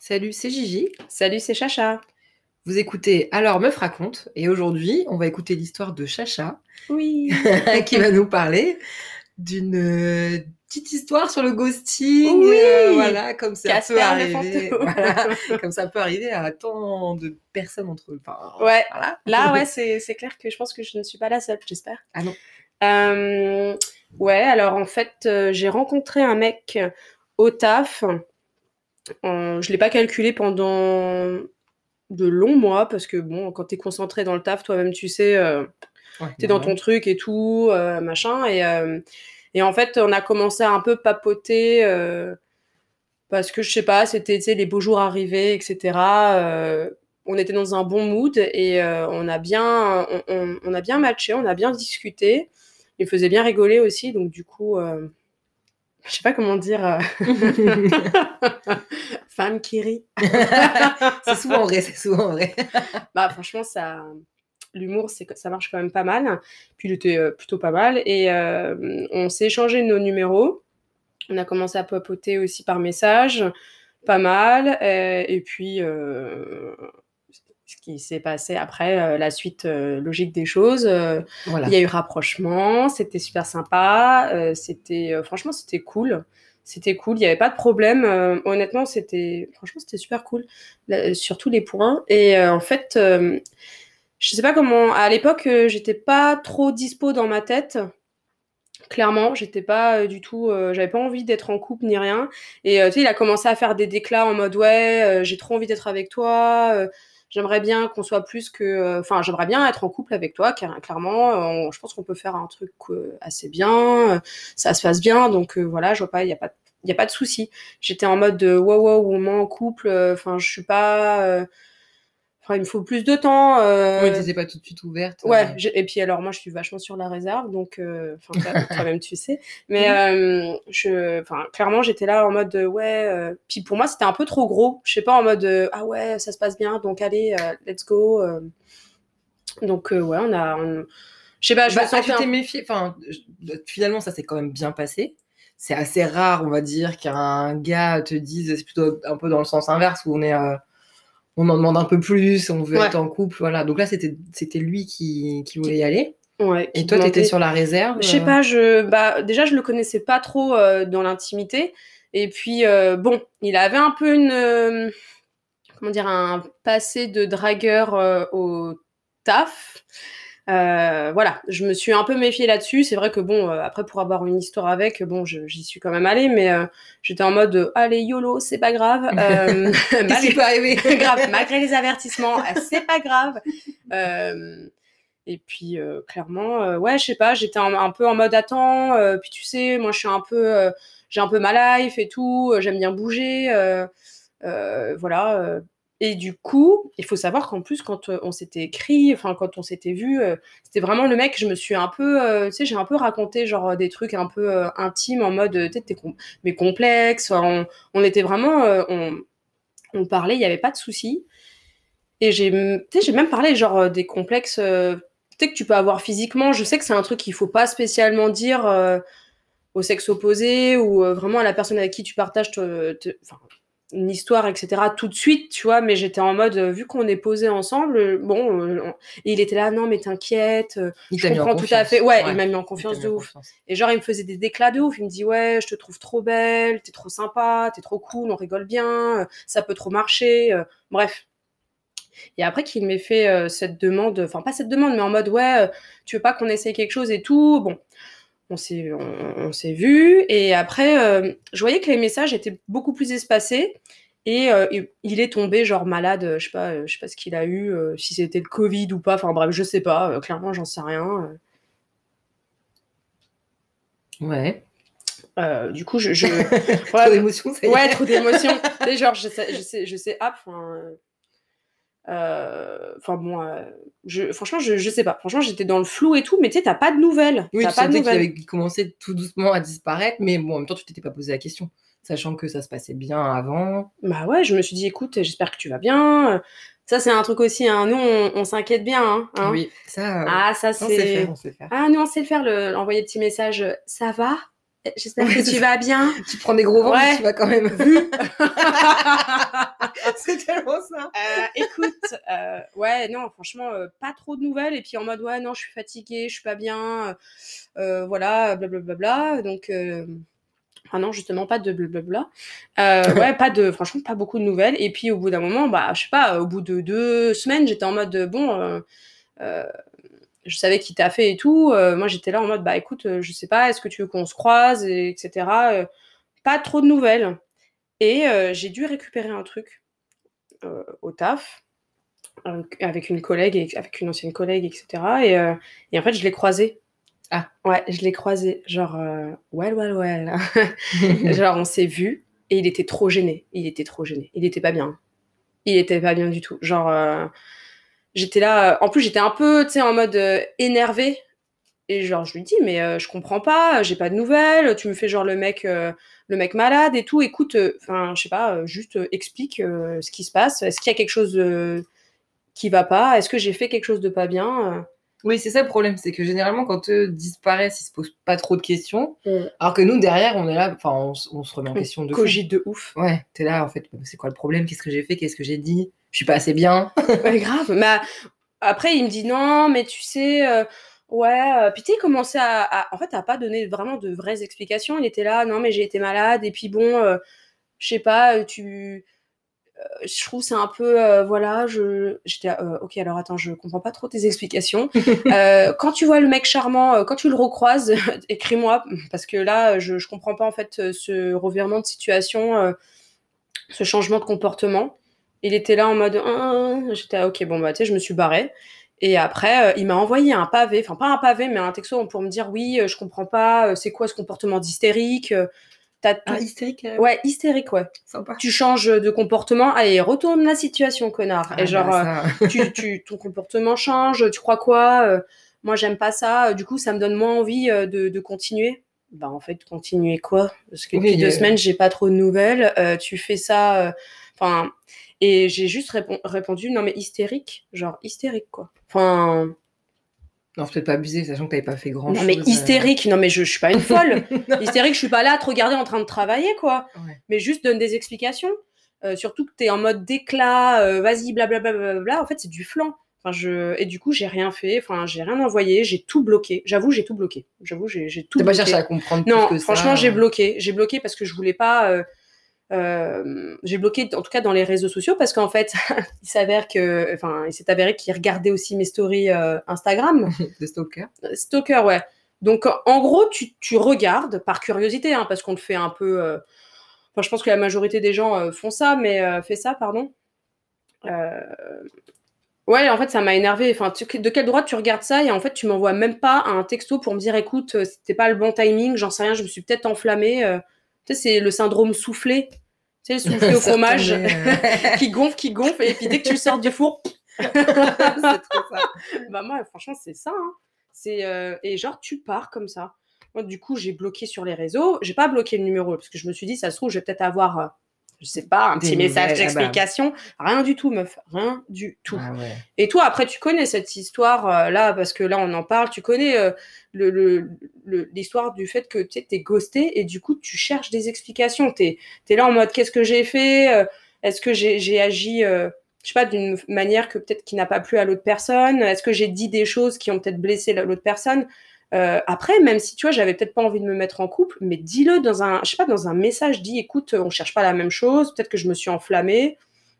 Salut, c'est Gigi. Salut, c'est Chacha. Vous écoutez Alors Meuf raconte et aujourd'hui, on va écouter l'histoire de Chacha Oui. qui va nous parler d'une petite histoire sur le ghosting, Oui. voilà, comme ça peut Casper le arriver, fantôme. voilà, comme ça peut arriver à tant de personnes entre eux. Enfin, Ouais. voilà. Là, ouais, c'est clair que je pense que je ne suis pas la seule, j'espère. Ah non. Euh, ouais, alors en fait, j'ai rencontré un mec au taf. Je l'ai pas calculé pendant de longs mois parce que bon, quand t'es concentré dans le taf, toi-même, tu sais, Ouais, t'es dans ton normal. truc et tout, machin. Et en fait, on a commencé à un peu papoter. Parce que je sais pas, c'était les beaux jours arrivés, etc. On était dans un bon mood et on a bien matché, on a bien discuté. Il me faisait bien rigoler aussi, donc du coup, je sais pas comment dire, femme qui rit. C'est souvent vrai, c'est souvent vrai. Bah franchement, l'humour, ça marche quand même pas mal. Puis il était plutôt pas mal et on s'est échangé nos numéros. On a commencé à papoter aussi par message, pas mal. Et puis, ce qui s'est passé après, la suite logique des choses, il y Voilà. a eu rapprochement, c'était super sympa, franchement, c'était cool. C'était cool, il n'y avait pas de problème. Honnêtement, franchement, c'était super cool sur tous les points. Et en fait, je sais pas comment, à l'époque, j'étais pas trop dispo dans ma tête. Clairement, j'étais pas du tout, j'avais pas envie d'être en couple ni rien. Et tu sais, il a commencé à faire des déclats en mode ouais, j'ai trop envie d'être avec toi. J'aimerais bien qu'on soit plus que, j'aimerais bien être en couple avec toi. Clairement, je pense qu'on peut faire un truc assez bien. Ça se passe bien, donc voilà, je vois pas, il y a pas de souci. J'étais en mode wow wow, moi en couple. Enfin, je suis pas. Enfin, il me faut plus de temps. Oui, t'étais pas tout de suite ouverte. Ouais, et puis alors moi je suis vachement sur la réserve, donc enfin toi-même tu sais, mais Mhm. enfin clairement j'étais là en mode ouais, puis pour moi c'était un peu trop gros, je sais pas en mode ah ouais ça se passe bien donc allez let's go, donc ouais je sais pas je me Bah, ah, sentais tu un t'es méfié. Enfin, finalement, ça s'est quand même bien passé. C'est assez rare, on va dire, qu'un gars te dise, c'est plutôt un peu dans le sens inverse, où on en demande un peu plus, on veut être ouais en couple, voilà. Donc là, c'était lui qui voulait y aller. ouais Et qui toi, t'étais demandait, sur la réserve. je sais pas, bah déjà je le connaissais pas trop dans l'intimité, et puis bon il avait un peu comment dire, un passé de dragueur au taf. Voilà, je me suis un peu méfiée là-dessus. C'est vrai que bon, après pour avoir une histoire avec, bon, j'y suis quand même allée, mais j'étais en mode, allez YOLO, c'est pas grave, Qu'est-ce qui malgré, peut arriver? grave, malgré les avertissements, c'est pas grave. Euh, et puis clairement, ouais, je sais pas, j'étais un peu en mode attends. Puis tu sais, moi je suis un peu, j'ai un peu ma life et tout, j'aime bien bouger. Voilà. Et du coup, il faut savoir qu'en plus, quand on s'était écrit, enfin, quand on s'était vu, c'était vraiment le mec, je me suis un peu, tu sais, j'ai un peu raconté, genre, des trucs un peu intimes, en mode, tu sais, mes complexes. On était vraiment, on parlait, il n'y avait pas de souci. Et tu sais, j'ai même parlé, genre, des complexes, tu sais, que tu peux avoir physiquement. Je sais que c'est un truc qu'il faut pas spécialement dire au sexe opposé ou vraiment à la personne avec qui tu partages enfin, une histoire, etc. tout de suite, tu vois, mais j'étais en mode, vu qu'on est posé ensemble, bon, et il était là, non, mais t'inquiète, Il je t'a mis en comprends tout à fait. confiance. Ouais, il Ouais, m'a mis en il t'a confiance mis de en ouf. confiance. Et genre, il me faisait des déclats de ouf. Il me dit, ouais, je te trouve trop belle, t'es trop sympa, t'es trop cool, on rigole bien, ça peut trop marcher. Bref. Et après qu'il m'ait fait cette demande, enfin, pas cette demande, mais en mode, ouais, tu veux pas qu'on essaye quelque chose et tout. Bon, on s'est vu et après je voyais que les messages étaient beaucoup plus espacés et il est tombé genre malade, je sais pas ce qu'il a eu, si c'était le Covid ou pas, enfin bref, je sais pas, clairement j'en sais rien. Ouais. Du coup Trop ouais, d'émotions, ça y ouais est. trop d'émotions. Tu sais genre je sais ah enfin bon franchement je sais pas. Franchement, j'étais dans le flou et tout, mais tu sais t'as pas de nouvelles, Oui, t'as tu pas de sentais qu'il nouvelles. avait commencé tout doucement à disparaître, mais bon, en même temps, tu t'étais pas posé la question, sachant que ça se passait bien avant. Bah ouais, je me suis dit, écoute, j'espère que tu vas bien. Ça, c'est un truc aussi, hein. Nous, on s'inquiète bien, hein. Oui, ça, Ah, ça, on sait faire, c'est... on sait faire. Ah, nous, on sait le faire, envoyer le petit message. Ça va? J'espère Ouais, que c'est tu ça. vas bien. Tu prends des gros vents, mais tu Ouais, vas quand même. vu. C'est tellement ça. Écoute, ouais, non, franchement, pas trop de nouvelles. Et puis en mode, ouais, non, je suis fatiguée, je suis pas bien, voilà, blablabla. Donc, ah non, justement, pas de blablabla. Ouais, franchement, pas beaucoup de nouvelles. Et puis au bout d'un moment, bah, je sais pas, au bout de 2 semaines, j'étais en mode, bon, euh, je savais qui t'a fait et tout. Moi, j'étais là en mode, bah écoute, je sais pas, est-ce que tu veux qu'on se croise, etc. Pas trop de nouvelles. Et j'ai dû récupérer un truc au taf avec une collègue, avec une ancienne collègue, etc. Et en fait, je l'ai croisé. Ah. Ouais, je l'ai croisé. Genre, well. Genre, on s'est vu et il était trop gêné. Il était pas bien. Il était pas bien du tout. Genre, j'étais là. En plus, j'étais un peu, tu sais, en mode énervée. Et genre, je lui dis, mais je comprends pas, j'ai pas de nouvelles, tu me fais genre le mec malade et tout. Écoute, enfin, je sais pas, juste explique ce qui se passe. Est-ce qu'il y a quelque chose qui va pas? Est-ce que j'ai fait quelque chose de pas bien? Oui, c'est ça le problème, c'est que généralement, quand eux disparaissent, ils se posent pas trop de questions. Alors que nous, derrière, on est là, enfin, on se remet en question de fou. Cogite de ouf. Ouais, t'es là, en fait, c'est quoi le problème? Qu'est-ce que j'ai fait? Qu'est-ce que j'ai dit? Je suis pas assez bien. Ouais, grave. Mais après, il me dit non, mais tu sais, ouais. Puis tu sais, il commençait en fait, à pas donner vraiment de vraies explications. Il était là, non, mais j'ai été malade. Et puis bon, je sais pas, je trouve c'est un peu voilà, j'étais ok, alors attends, je comprends pas trop tes explications. Quand tu vois le mec charmant, quand tu le recroises, écris-moi, parce que là je comprends pas en fait ce revirement de situation, ce changement de comportement. Il était là en mode j'étais ok, bon bah tu sais, je me suis barrée. Et après il m'a envoyé un pavé, enfin pas un pavé mais un texto pour me dire oui, je comprends pas, c'est quoi ce comportement d'hystérique, hystérique. Ouais, hystérique, ouais. Sympa. Tu changes de comportement, allez, retourne la situation, connard. Et genre, ton comportement change, tu crois quoi? Moi, j'aime pas ça. Du coup, ça me donne moins envie de continuer. Bah, en fait, continuer quoi? Parce que depuis 2 semaines, j'ai pas trop de nouvelles. Tu fais ça, enfin, et j'ai juste répondu, non mais hystérique, genre hystérique quoi. Enfin. Non, faut peut-être pas abuser, sachant que t'avais pas fait grand-chose. Non, mais hystérique, non, mais je suis pas une folle. Hystérique, je suis pas là à te regarder en train de travailler, quoi. Ouais. Mais juste donne des explications. Surtout que t'es en mode d'éclat, vas-y, blablabla. En fait, c'est du flan. Enfin, et du coup, j'ai rien fait, enfin, j'ai rien envoyé, j'ai tout bloqué. J'avoue, j'ai tout bloqué. J'ai tout bloqué. T'as pas cherché à comprendre non, plus que franchement, ça. j'ai bloqué. J'ai bloqué parce que je voulais pas. J'ai bloqué en tout cas dans les réseaux sociaux parce qu'en fait il s'est avéré qu'il regardait aussi mes stories Instagram. De Stalker, ouais. Donc en gros tu regardes par curiosité hein, parce qu'on le fait un peu enfin je pense que la majorité des gens font ça mais fait ça pardon. Ouais, en fait ça m'a énervé. Enfin de quel droit tu regardes ça et en fait tu m'envoies même pas un texto pour me dire écoute c'était pas le bon timing, j'en sais rien, je me suis peut-être enflammée. Tu sais c'est le syndrome soufflé. Tu sais, le soufflé au fromage qui gonfle, et puis dès que tu le sors du four, c'est trop ça. Bah moi, franchement, c'est ça. Hein. Et genre, tu pars comme ça. Moi, du coup, j'ai bloqué sur les réseaux. J'ai pas bloqué le numéro parce que je me suis dit, ça se trouve, je vais peut-être avoir, je sais pas, un petit message d'explication. Rien du tout, meuf. Rien du tout. Ah ouais. Et toi, après, tu connais cette histoire là, parce que là, on en parle. Tu connais l'histoire du fait que tu es ghosté et du coup, tu cherches des explications. T'es là en mode, qu'est-ce que j'ai fait? Est-ce que j'ai agi je sais pas, d'une manière que peut-être qui n'a pas plu à l'autre personne? Est-ce que j'ai dit des choses qui ont peut-être blessé l'autre personne? Après, même si tu vois, j'avais peut-être pas envie de me mettre en couple, mais dis-le dans un, je sais pas, dans un message, dis, écoute, on cherche pas la même chose, peut-être que je me suis enflammée.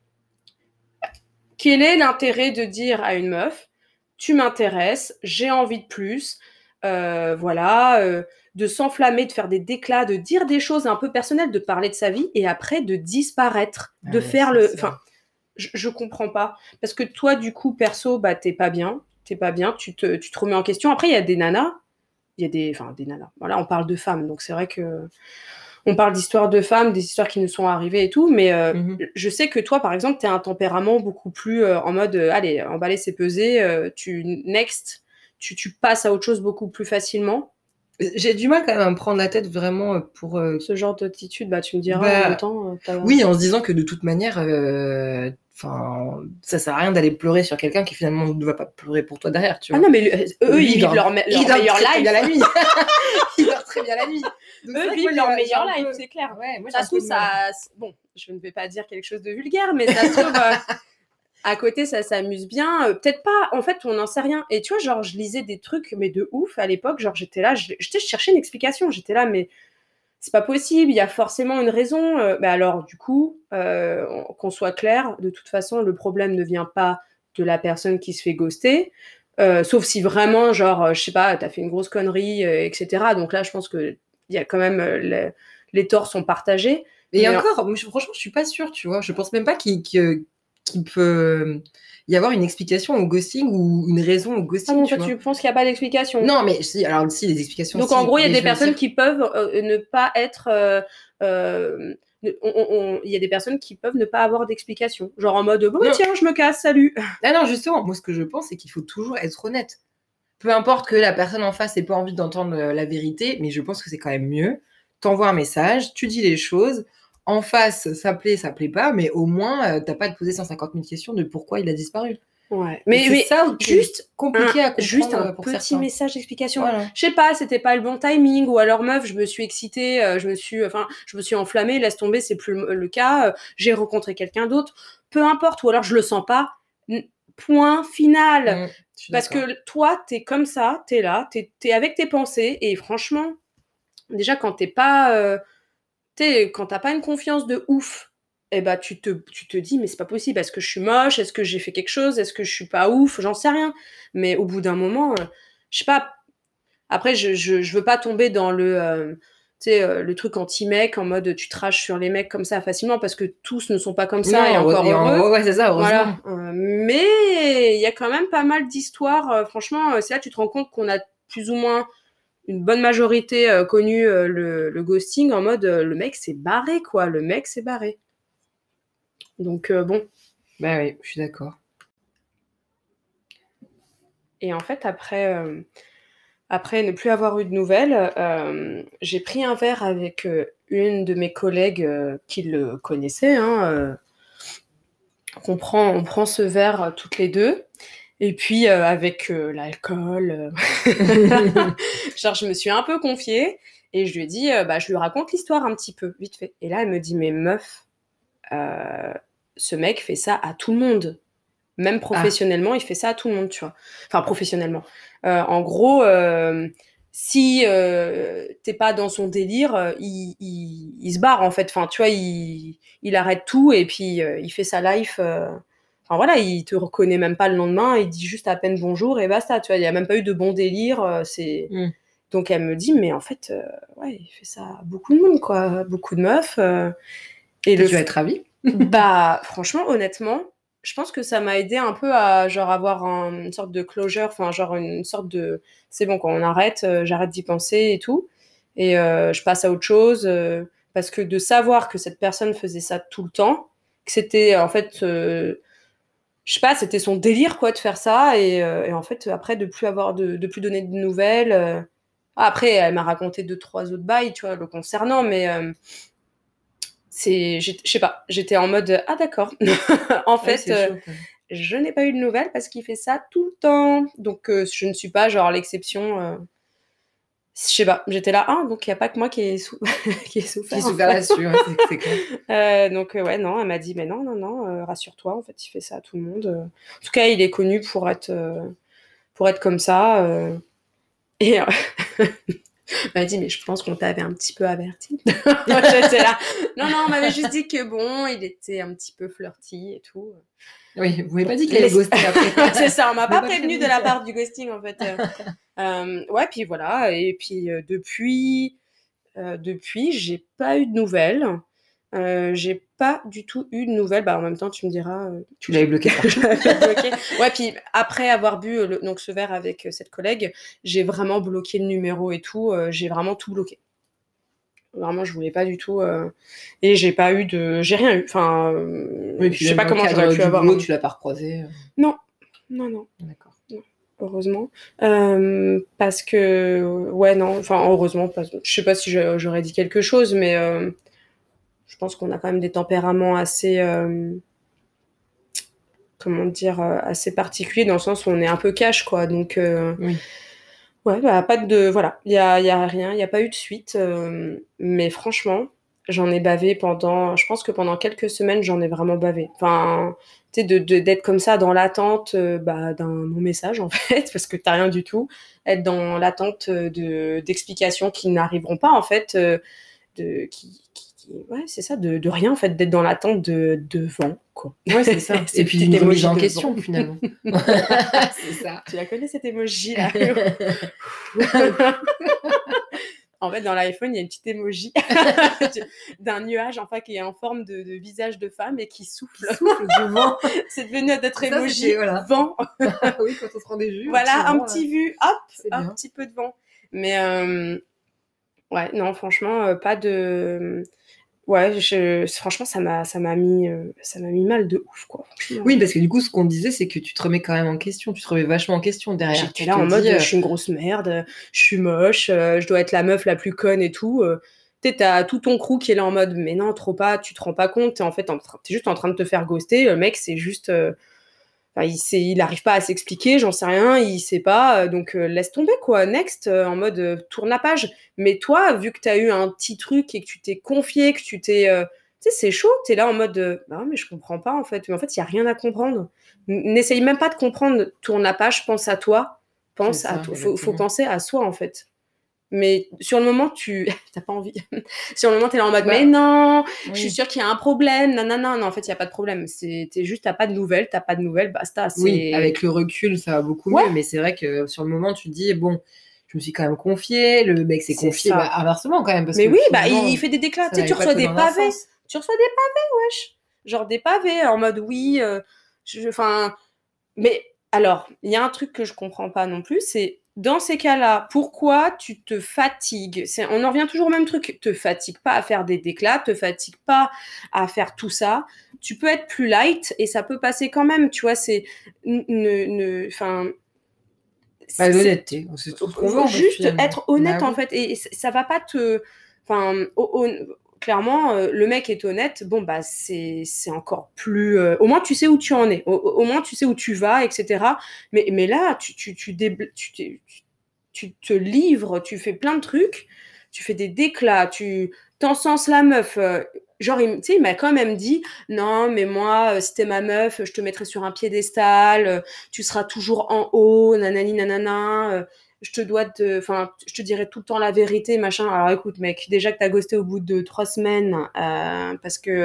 Quel est l'intérêt de dire à une meuf, tu m'intéresses, j'ai envie de plus, de s'enflammer, de faire des déclats, de dire des choses un peu personnelles, de parler de sa vie, et après de disparaître, de faire le... Enfin, je comprends pas. Parce que toi, du coup, perso, bah, t'es pas bien, tu te remets en question. Après, il y a des nanas, des nanas. Voilà, on parle de femmes, donc c'est vrai que on parle d'histoires de femmes, des histoires qui nous sont arrivées et tout, mais je sais que toi, par exemple, t'as un tempérament beaucoup plus en mode, allez, emballer, c'est peser, tu passes à autre chose beaucoup plus facilement. J'ai du mal quand même à me prendre la tête vraiment pour... Ce genre d'attitude, bah tu me diras en même temps. Oui, en se disant que de toute manière, ça sert à rien d'aller pleurer sur quelqu'un qui finalement ne va pas pleurer pour toi derrière, tu vois. Ah non, mais eux, ils vivent leur meilleur life. La nuit. Ils dorment très bien la nuit. Eux vivent leur meilleur life, c'est clair. Ouais, moi, ça se trouve, ça... Bon, je ne vais pas dire quelque chose de vulgaire, mais ça se trouve, à côté, ça s'amuse bien. Peut-être pas, en fait, on n'en sait rien. Et tu vois, genre, je lisais des trucs, mais de ouf à l'époque. Genre, j'étais là, je cherchais une explication. J'étais là, mais c'est pas possible, il y a forcément une raison. Mais alors, du coup, qu'on soit clair, de toute façon, le problème ne vient pas de la personne qui se fait ghoster. Sauf si vraiment, genre, je sais pas, t'as fait une grosse connerie, etc. Donc là, je pense que il y a quand même les torts sont partagés. Et Mais encore, moi, franchement, je suis pas sûre, tu vois. Je pense même pas qu'il peut y avoir une explication au ghosting ou une raison au ah ghosting, bon, tu toi, vois. tu penses qu'il n'y a pas d'explication? Non, mais si, alors si, les explications, Donc si, en gros, il y a mais des je veux personnes dire, qui peuvent ne pas être. Il y a des personnes qui peuvent ne pas avoir d'explication. Genre en mode, bon, bah, non, tiens, je me casse, salut. ah non, justement, moi, ce que je pense, c'est qu'il faut toujours être honnête. Peu importe que la personne en face ait pas envie d'entendre la vérité, mais je pense que c'est quand même mieux. T'envoies un message, tu dis les choses. En face, ça plaît pas, mais au moins, t'as pas à te poser 150 000 questions de pourquoi il a disparu. Ouais. Et c'est Mais ça qui est juste compliqué à juste un comprendre pour petit certains. message d'explication. Voilà. Je sais pas, c'était pas le bon timing, ou alors meuf, je me suis excitée, je me suis enflammée, laisse tomber, c'est plus le cas, j'ai rencontré quelqu'un d'autre, peu importe, ou alors je le sens pas, point final. Je suis Parce d'accord. que toi, t'es comme ça, t'es là, t'es avec tes pensées, et franchement, déjà quand t'es pas, quand t'as pas une confiance de ouf, eh ben tu te dis mais c'est pas possible, est-ce que je suis moche, est-ce que j'ai fait quelque chose, est-ce que je suis pas ouf, j'en sais rien. Mais au bout d'un moment, je sais pas. Après, je veux pas tomber dans le truc anti-mec en mode tu traches sur les mecs comme ça facilement parce que tous ne sont pas comme ça et Non, encore heureux. ouais, c'est ça, heureusement. Voilà. Mais il y a quand même pas mal d'histoires. Franchement, c'est là que tu te rends compte qu'on a plus ou moins une bonne majorité connu le ghosting en mode le mec s'est barré, quoi. Le mec s'est barré. Donc, bon. Bah oui, je suis d'accord. Et en fait, après ne plus avoir eu de nouvelles, j'ai pris un verre avec une de mes collègues qui le connaissait. Hein, on prend ce verre toutes les deux. Et puis, avec l'alcool, genre, je me suis un peu confiée et je lui ai dit, je lui raconte l'histoire un petit peu, vite fait. Et là, elle me dit, mais meuf, ce mec fait ça à tout le monde. Même professionnellement, il fait ça à tout le monde, tu vois. Enfin, professionnellement. En gros, si t'es pas dans son délire, il se barre, en fait. Enfin, tu vois, il arrête tout et puis il fait sa life. Enfin, voilà, il te reconnaît même pas le lendemain, il dit juste à peine bonjour et basta, tu vois. Il y a même pas eu de bon délire. Donc, elle me dit, mais en fait, ouais, il fait ça à beaucoup de monde, quoi. Beaucoup de meufs. Et tu vas être ravie. Bah, franchement, honnêtement, je pense que ça m'a aidé un peu à genre avoir une sorte de closure, enfin genre une sorte de c'est bon quand on arrête, j'arrête d'y penser et tout, et je passe à autre chose parce que de savoir que cette personne faisait ça tout le temps, que c'était en fait, je sais pas, c'était son délire quoi de faire ça et en fait après de plus donner de nouvelles. Après, elle m'a raconté deux trois autres bails, tu vois, le concernant, mais je sais pas, j'étais en mode ah d'accord. En Ouais, fait, c'est chaud. je n'ai pas eu de nouvelles parce qu'il fait ça tout le temps. Donc je ne suis pas genre l'exception. Je sais pas, j'étais là, ah donc il y a pas que moi qui ai, qui ai souffert. Qui souffert là-dessus, ouais, c'est clair. Donc ouais non, elle m'a dit mais non non non, rassure-toi, en fait il fait ça à tout le monde. En tout cas il est connu pour être comme ça. Et elle m'a dit mais je pense qu'on t'avait un petit peu averti. J'étais là, non non, on m'avait juste dit que bon il était un petit peu flirty et tout. Oui, vous m'avez pas dit qu'il allait ghoster après. C'est ça, on m'a pas pas prévenu de la part du ghosting en fait. Ouais, puis voilà, et puis depuis, j'ai pas eu de nouvelles. J'ai pas du tout eu de nouvelles. Bah en même temps, tu me diras. Tu l'avais bloqué. Je l'avais bloqué. Ouais, puis après avoir bu donc ce verre avec cette collègue, j'ai vraiment bloqué le numéro et tout. J'ai vraiment tout bloqué. Vraiment, je voulais pas du tout. Et j'ai rien eu. Enfin, Oui, je sais pas comment j'aurais pu avoir. Boulot, tu l'as pas recroisé. Non, non, non. D'accord. Non, heureusement. Parce que, ouais, non, enfin, heureusement, je sais pas si j'aurais dit quelque chose, mais je pense qu'on a quand même des tempéraments assez, comment dire, assez particuliers dans le sens où on est un peu cash, quoi. Donc, Oui. ouais, bah, voilà, il y a rien, il y a pas eu de suite. Mais franchement, J'en ai bavé je pense que pendant quelques semaines, j'en ai vraiment bavé. Enfin, tu sais, d'être comme ça dans l'attente d'un non-message, en fait, parce que t'as rien du tout. Être dans l'attente d'explications qui n'arriveront pas, en fait, ouais, c'est ça, de rien, en fait, d'être dans l'attente de vent, quoi. Ouais, c'est ça. C'est Et le puis petit une remise emoji en de question, vent. finalement. C'est ça. Tu la connais, cette emoji-là? En fait, dans l'iPhone, il y a une petite emoji d'un nuage, enfin, qui est en forme de visage de femme et qui souffle. Qui souffle du vent. C'est devenu notre Ça, emoji c'était, voilà. vent. Oui, quand on se rend des jus, Voilà, un vent, petit vu, hop, c'est un bien. petit peu de vent. Mais ouais, non, franchement, pas de. Ouais, franchement, ça m'a mis mal de ouf, quoi. Franchement. Oui, parce que du coup, ce qu'on disait, c'est que tu te remets quand même en question. Tu te remets vachement en question derrière. J'étais Tu là te en mode, dis, je suis une grosse merde, je suis moche, je dois être la meuf la plus conne et tout. Tu sais, t'as tout ton crew qui est là en mode, mais non, trop pas, tu te rends pas compte, t'es en fait, t'es juste en train de te faire ghoster. Le mec, c'est juste, enfin, il arrive pas à s'expliquer, j'en sais rien, il sait pas, donc laisse tomber quoi. Next, en mode, tourne la page. Mais toi, vu que t'as eu un petit truc et que tu t'es confié, que tu t'es, tu sais, c'est chaud. T'es là en mode, bah mais je comprends pas en fait. Mais en fait, il y a rien à comprendre. N'essaye même pas de comprendre. Tourne la page, pense à toi. c'est Pense à ça, toi. Faut exactement. penser à soi, en fait. Mais sur le moment, t'as pas envie. Sur le moment, t'es là en mode, mais Bah, non, je suis oui. sûre qu'il y a un problème. Non, non, non, non, en fait, il y a pas de problème. T'es juste, t'as pas de nouvelles, basta. Oui, C'est. avec le recul, ça va beaucoup Ouais, mieux. Mais c'est vrai que sur le moment, tu te dis, bon, je me suis quand même confiée. Le mec s'est c'est confié. Bah, ça. inversement, quand même, parce Mais que oui, bah, il finalement, fait des déclats. ça Tu sais, tu n'allait pas reçois que des dans un pavés. sens. Tu reçois des pavés, wesh. Genre des pavés en mode, oui, enfin, mais alors, il y a un truc que je comprends pas non plus, c'est dans ces cas-là, pourquoi tu te fatigues? On en revient toujours au même truc. Te fatigue pas à faire des déclats, te fatigue pas à faire tout ça. Tu peux être plus light et ça peut passer quand même. Tu vois, enfin, Bah, c'est l'honnêteté, c'est tout ce qu'on veut, en fait, juste finalement. être honnête Bah en oui. fait et ça va pas te enfin clairement le mec est honnête bon bah c'est encore plus au moins tu sais où tu en es au moins tu sais où tu vas etc mais là tu te livres tu fais plein de trucs tu fais des déclats tu t'encenses la meuf genre tu sais il m'a quand même dit non mais moi si t'es ma meuf je te mettrai sur un piédestal tu seras toujours en haut nanani nanana je te dirai tout le temps la vérité, machin. Alors écoute, mec, déjà que t'as ghosté au bout de 3 semaines parce que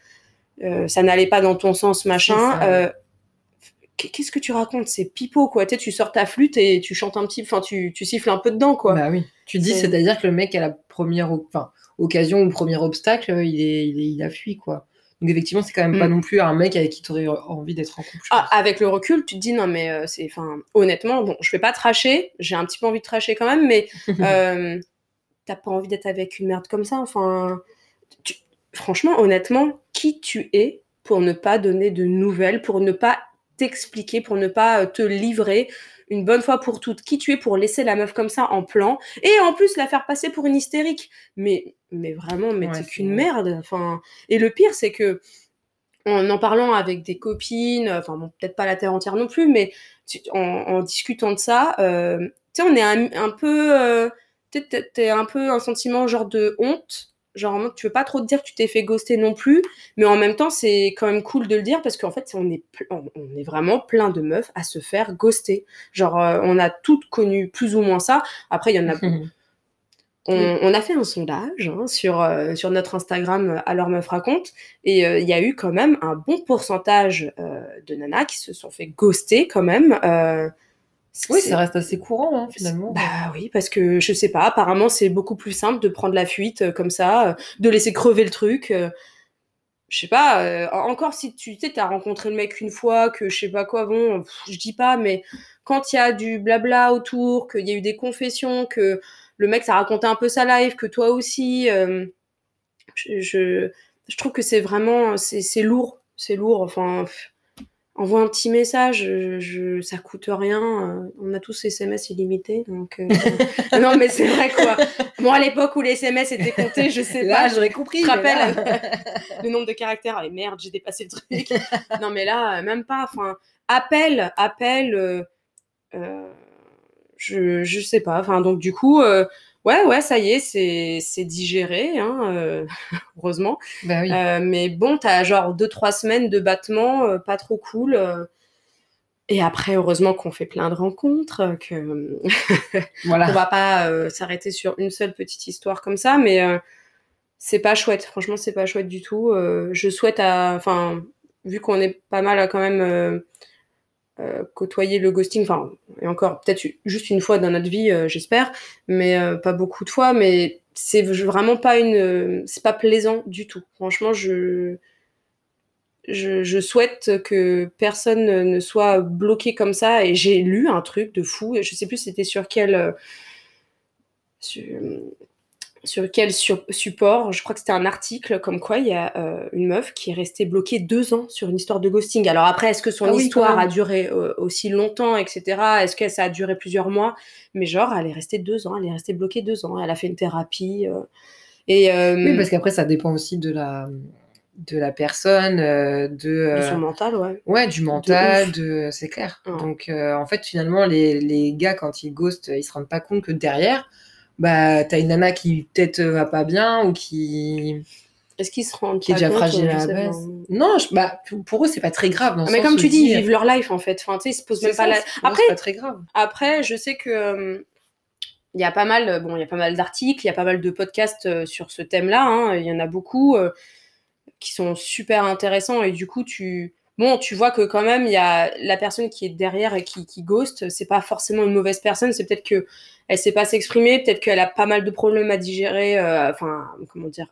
ça n'allait pas dans ton sens, C'est machin. ça, oui. Qu'est-ce que tu racontes? C'est pipeau, quoi. Tu sais, tu sors ta flûte et tu chantes un petit, enfin, tu siffles un peu dedans, quoi. Bah oui. Tu dis, C'est, c'est-à-dire que le mec, à la première enfin, occasion ou premier obstacle, il a fui, quoi. Donc, effectivement, c'est quand même pas Mm. non plus un mec avec qui tu aurais envie d'être en couple, je Ah, pense. avec le recul, tu te dis non, mais c'est, enfin, honnêtement, bon, je vais pas tracher. J'ai un petit peu envie de tracher quand même, mais euh, t'as pas envie d'être avec une merde comme ça. Enfin, tu- franchement, honnêtement, qui tu es pour ne pas donner de nouvelles, pour ne pas t'expliquer, pour ne pas te livrer une bonne fois pour toutes, qui tu es pour laisser la meuf comme ça en plan, et en plus la faire passer pour une hystérique. Mais vraiment, mais Ouais, t'es qu'une c'est... merde. Enfin, et le pire, c'est que en parlant avec des copines, enfin bon, peut-être pas la terre entière non plus, mais en discutant de ça, tu sais, on est un peu, t'es un peu un sentiment genre de honte, genre tu veux pas trop te dire que tu t'es fait ghoster non plus, mais en même temps c'est quand même cool de le dire parce qu'en fait on est vraiment plein de meufs à se faire ghoster, genre on a toutes connu plus ou moins ça. Après il y en a Oui. on a fait un sondage sur notre Instagram Alors Meuf Raconte et il y a eu quand même un bon pourcentage de nanas qui se sont fait ghoster quand même. Oui, ça C'est, reste assez courant, hein, finalement. bah oui, parce que je sais pas, apparemment c'est beaucoup plus simple de prendre la fuite comme ça, de laisser crever le truc. Je sais pas, encore si tu sais, t'as rencontré le mec une fois, que je sais pas quoi, bon, je dis pas, mais quand il y a du blabla autour, qu'il y a eu des confessions, que le mec t'a raconté un peu sa life, que toi aussi, je, je, je trouve que c'est vraiment, c'est lourd, c'est lourd, enfin, envoie un petit message, ça coûte rien, on a tous SMS illimités, donc non mais c'est vrai quoi. Bon à l'époque où les SMS étaient comptés, je sais pas, Là, j'aurais tu te compris, mais rappelles là... le nombre de caractères, et merde, j'ai dépassé le truc. Non, mais là, même pas. Enfin, appel, euh, je sais pas. Enfin, donc du coup, Ouais, ça y est, c'est digéré, hein, heureusement. Bah oui. Mais bon, t'as genre 2-3 semaines de battement, pas trop cool. Et après, heureusement qu'on fait plein de rencontres, que qu'on Voilà. va pas s'arrêter sur une seule petite histoire comme ça. Mais c'est pas chouette. Franchement, c'est pas chouette du tout. Je souhaite enfin, vu qu'on est pas mal à quand même côtoyer le ghosting, enfin, et encore peut-être juste une fois dans notre vie, j'espère, mais pas beaucoup de fois. Mais c'est vraiment pas c'est pas plaisant du tout. Franchement, je souhaite que personne ne soit bloqué comme ça. Et j'ai lu un truc de fou. Je sais plus c'était sur sur, sur quel support. Je crois que c'était un article comme quoi il y a une meuf qui est restée bloquée 2 ans sur une histoire de ghosting. Alors après, est-ce que son Ah oui, quand histoire a même. duré aussi longtemps, etc. Est-ce que ça a duré plusieurs mois? Mais genre, elle est restée 2 ans. Elle est restée bloquée 2 ans. Elle a fait une thérapie. Et Oui, parce qu'après, ça dépend aussi de la personne, de son mental, ouais. ouais, du De mental, ouf. c'est clair. Ouais. Donc, en fait, finalement, les gars, quand ils ghostent, ils se rendent pas compte que derrière, bah, t'as une nana qui peut-être va pas bien ou Est-ce qu'ils se rendent qui est pas déjà compte? fragile Je à la sais pas. base. Non, bah, pour eux, c'est pas très grave dans le Mais sens comme où tu ils dis, ils disent, vivent leur life en fait. Enfin, tu sais, ils se posent c'est même pas ça, la. pour eux, c'est pas très grave. Après, je sais que il y a pas mal, bon, il y a pas mal d'articles, il y a pas mal de podcasts sur ce thème-là. Hein. Il y en a beaucoup qui sont super intéressants et du coup, bon, tu vois que quand même, il y a la personne qui est derrière et qui ghost. C'est pas forcément une mauvaise personne. C'est peut-être que elle sait pas s'exprimer, peut-être qu'elle a pas mal de problèmes à digérer. Enfin, comment dire,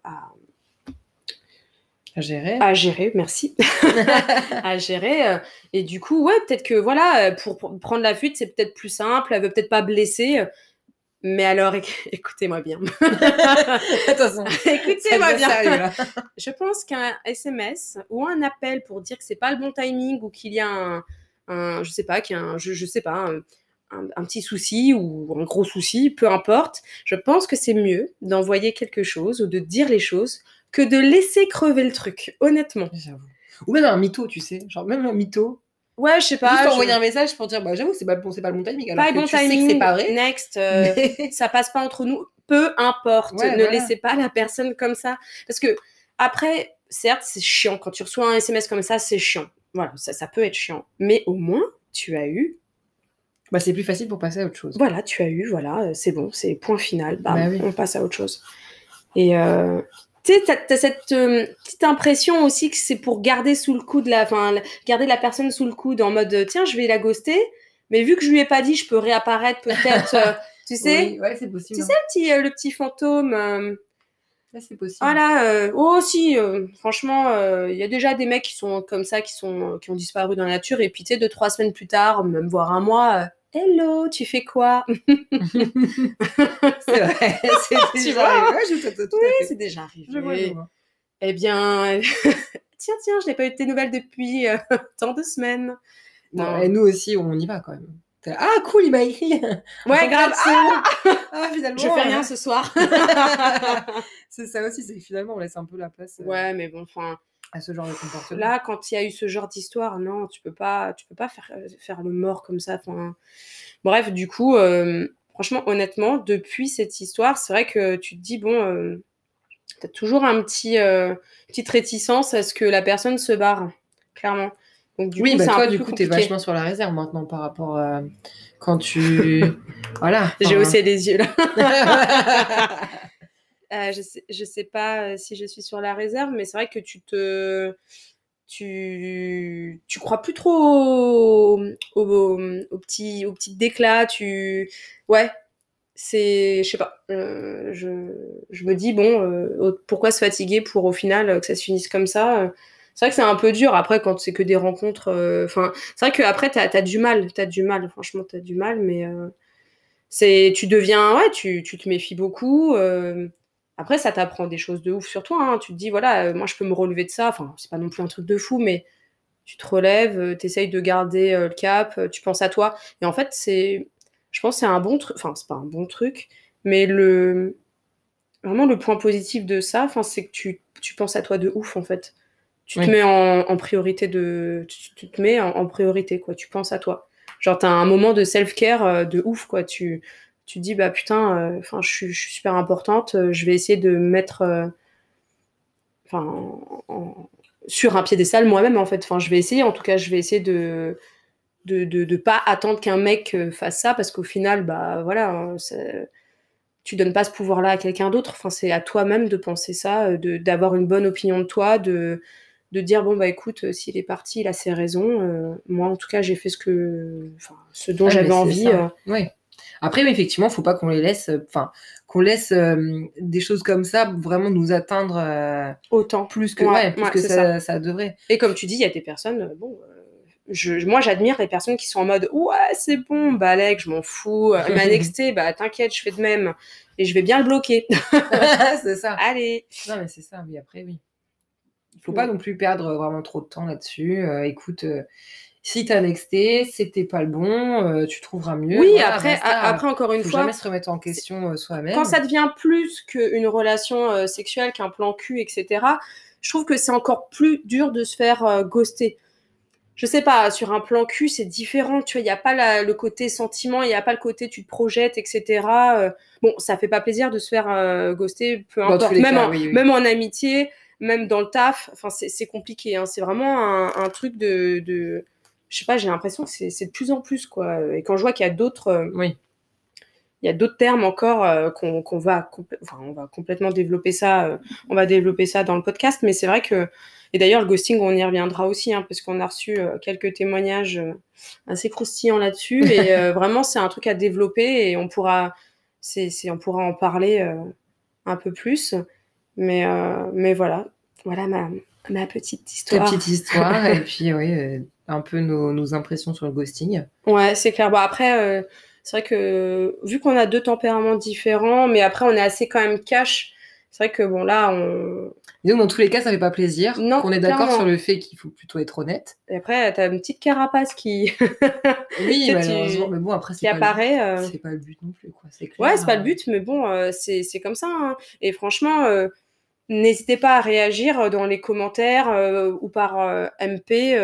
À gérer. à gérer, merci, à gérer. Et du coup, ouais, peut-être que voilà, pour prendre la fuite, c'est peut-être plus simple. Elle veut peut-être pas blesser. Mais alors, écoutez-moi bien. Attention, ça Écoutez-moi devient bien. sérieux là. Je pense qu'un SMS ou un appel pour dire que c'est pas le bon timing ou qu'il y a je sais pas, qu'il y a je sais pas, un petit souci ou un gros souci, peu importe. Je pense que c'est mieux d'envoyer quelque chose ou de dire les choses que de laisser crever le truc, honnêtement. J'avoue. Ou même un mytho, tu sais, genre même un mytho. Ouais, je sais Juste pas, envoyer un message pour dire, bah j'avoue, c'est pas le bon timing, pas alors le que bon tu sais que c'est timing, pas vrai, next, mais ça passe pas entre nous, peu importe, ouais, ne voilà. laissez pas la personne comme ça. Parce que, après, certes, c'est chiant, quand tu reçois un SMS comme ça, c'est chiant. Voilà, ça peut être chiant. Mais au moins, tu as eu, Bah, c'est plus facile pour passer à autre chose. voilà, c'est bon, c'est point final, Bah bam, oui. on passe à autre chose. Et tu sais, t'as cette petite impression aussi que c'est pour garder sous le coude enfin, garder la personne sous le coude en mode, tiens, je vais la ghoster, mais vu que je lui ai pas dit, je peux réapparaître peut-être, tu sais, Oui, ouais, c'est possible, hein. le petit fantôme. Ouais, c'est possible. Voilà, oh si, franchement, il y a déjà des mecs qui sont comme ça, qui ont disparu dans la nature, et puis tu sais, 2-3 semaines plus tard, même voire un mois, hello, tu fais quoi? C'est vrai, c'est Tu déjà vois, arrivé. hein? Ouais, tout Oui, à fait. c'est déjà Je vois, je arrivé. vois. Eh bien, tiens, je n'ai pas eu de tes nouvelles depuis tant de semaines. Bon, et Non. nous aussi, on y va quand même. Ah, cool, il m'a écrit. Ouais, En fait, grave. c'est bon. Ah, Je finalement. fais rien ce soir. C'est ça aussi, c'est que finalement, on laisse un peu la place Ouais, mais bon, enfin, à ce genre de comportement. là, quand il y a eu ce genre d'histoire, non, tu peux pas faire le mort comme ça. Enfin, bref, du coup, franchement, honnêtement, depuis cette histoire, c'est vrai que tu te dis, bon, t'as toujours petite réticence à ce que la personne se barre, clairement. Donc, du Oui, coup, bah c'est un toi, peu du plus coup, t'es compliqué. vachement sur la réserve maintenant par rapport à quand tu... Voilà. J'ai Enfin... haussé les yeux, là. Je sais pas si je suis sur la réserve, mais c'est vrai que tu crois plus trop aux petits déclats, ouais, je sais pas, je me dis, bon, pourquoi se fatiguer pour au final que ça se finisse comme ça. C'est vrai que c'est un peu dur après quand c'est que des rencontres, enfin, c'est vrai qu'après t'as du mal, franchement, t'as du mal, mais tu deviens, ouais, tu te méfies beaucoup. Après, ça t'apprend des choses de ouf sur toi, hein. Tu te dis, voilà, moi, je peux me relever de ça. Enfin, c'est pas non plus un truc de fou, mais tu te relèves, t'essayes de garder le cap, tu penses à toi. Et en fait, je pense que c'est un bon truc. Enfin, c'est pas un bon truc, mais vraiment, le point positif de ça, enfin, c'est que tu penses à toi de ouf, en fait. Tu te Oui. mets en priorité tu te mets en priorité, quoi. Tu penses à toi. Genre, t'as un moment de self-care de ouf, quoi. tu te dis bah putain, enfin je suis super importante, je vais essayer de me mettre sur un piédestal moi-même en fait. Enfin, je vais essayer, en tout cas, je vais essayer de pas attendre qu'un mec fasse ça parce qu'au final, bah voilà, hein, tu donnes pas ce pouvoir-là à quelqu'un d'autre. Enfin, c'est à toi-même de penser ça, d'avoir une bonne opinion de toi, de dire bon bah écoute, s'il est parti, il a ses raisons. Moi, en tout cas, j'ai fait ce dont j'avais envie. Oui. Après, oui, effectivement, faut pas qu'on les laisse, qu'on laisse des choses comme ça vraiment nous atteindre Autant. plus que, plus que ça devrait. Et comme tu dis, il y a des personnes, moi j'admire les personnes qui sont en mode ouais c'est bon balèque je m'en fous, il m'a nexté, bah t'inquiète je fais de même et je vais bien le bloquer. C'est ça. Allez. Non mais c'est ça, mais après oui. Il faut pas non plus perdre vraiment trop de temps là-dessus. Écoute, si t'as nexté, c'était pas le bon, tu trouveras mieux. Oui, voilà, après encore une faut fois, jamais se remettre en question soi-même. Quand ça devient plus qu'une relation sexuelle, qu'un plan cul, etc., je trouve que c'est encore plus dur de se faire ghoster. Je sais pas, sur un plan cul, c'est différent, tu vois, il n'y a pas le côté sentiment, il n'y a pas le côté tu te projetes, etc. Bon, ça fait pas plaisir de se faire ghoster, peu importe, même en amitié, même dans le taf, enfin, c'est compliqué, hein. C'est vraiment un truc je sais pas, j'ai l'impression que c'est de plus en plus, quoi. Et quand je vois qu'il y a d'autres... Il y a d'autres termes encore on va complètement développer ça. On va développer ça dans le podcast, mais c'est vrai que et d'ailleurs le ghosting on y reviendra aussi parce qu'on a reçu quelques témoignages assez croustillants là-dessus et vraiment c'est un truc à développer et on pourra en parler un peu plus. Mais voilà ma petite histoire. Ta petite histoire et puis un peu nos impressions sur le ghosting. Ouais, c'est clair. Bon après. C'est vrai que vu qu'on a deux tempéraments différents, mais après on est assez quand même cash, c'est vrai que bon là Donc dans tous les cas ça fait pas plaisir. Non, qu'on est d'accord sur le fait qu'il faut plutôt être honnête. Et après t'as une petite carapace qui oui malheureusement mais bon après c'est apparaît. C'est pas le but non plus quoi. C'est clair. Ouais c'est pas le but mais bon c'est comme ça hein. Et franchement n'hésitez pas à réagir dans les commentaires ou par MP.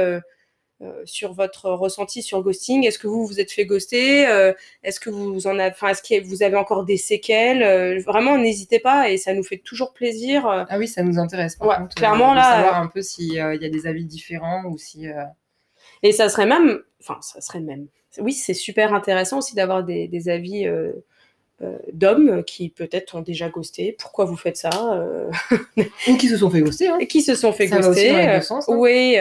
Sur votre ressenti sur le ghosting. Est-ce que vous vous êtes fait ghoster Est-ce que vous en avez, est-ce que vous avez encore des séquelles Vraiment, n'hésitez pas et ça nous fait toujours plaisir. Ah oui, ça nous intéresse. Par contre, clairement de savoir un peu s'il y a des avis différents ou si. Et ça serait même. Oui, c'est super intéressant aussi d'avoir des avis. D'hommes qui peut-être ont déjà ghosté. Pourquoi vous faites ça Ou qui se sont fait ghoster. Hein. Et qui se sont fait ça ghoster. Va aussi dans les deux sens, hein. Oui.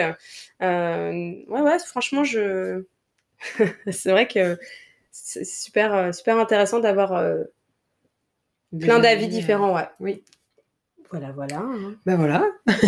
Ouais, franchement, c'est vrai que c'est super intéressant d'avoir plein d'avis différents, ouais. Oui. Voilà. Hein. Bah voilà.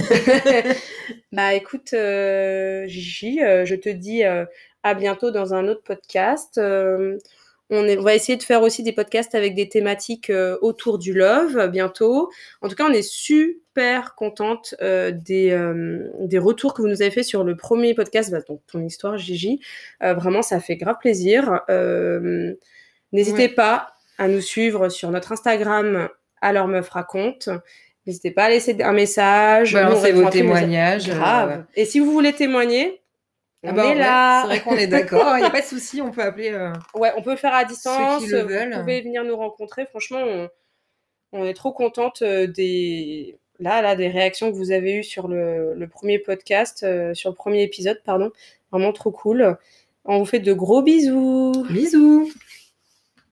Bah écoute, Gigi, je te dis à bientôt dans un autre podcast. On va essayer de faire aussi des podcasts avec des thématiques autour du love bientôt. En tout cas, on est super contente des retours que vous nous avez fait sur le premier podcast, donc ton histoire, Gigi. Vraiment, ça fait grave plaisir. N'hésitez pas à nous suivre sur notre Instagram, Alors Meuf Raconte. N'hésitez pas à laisser un message. Balancez vos témoignages. Grave. Et si vous voulez témoigner, on est là. C'est vrai qu'on est d'accord. Il n'y a pas de souci, on peut appeler. Ouais, on peut le faire à distance. Ceux qui le veulent. Vous pouvez venir nous rencontrer. Franchement, on est trop contente des réactions que vous avez eues sur le premier podcast, sur le premier épisode, pardon. Vraiment trop cool. On vous fait de gros bisous. Bisous.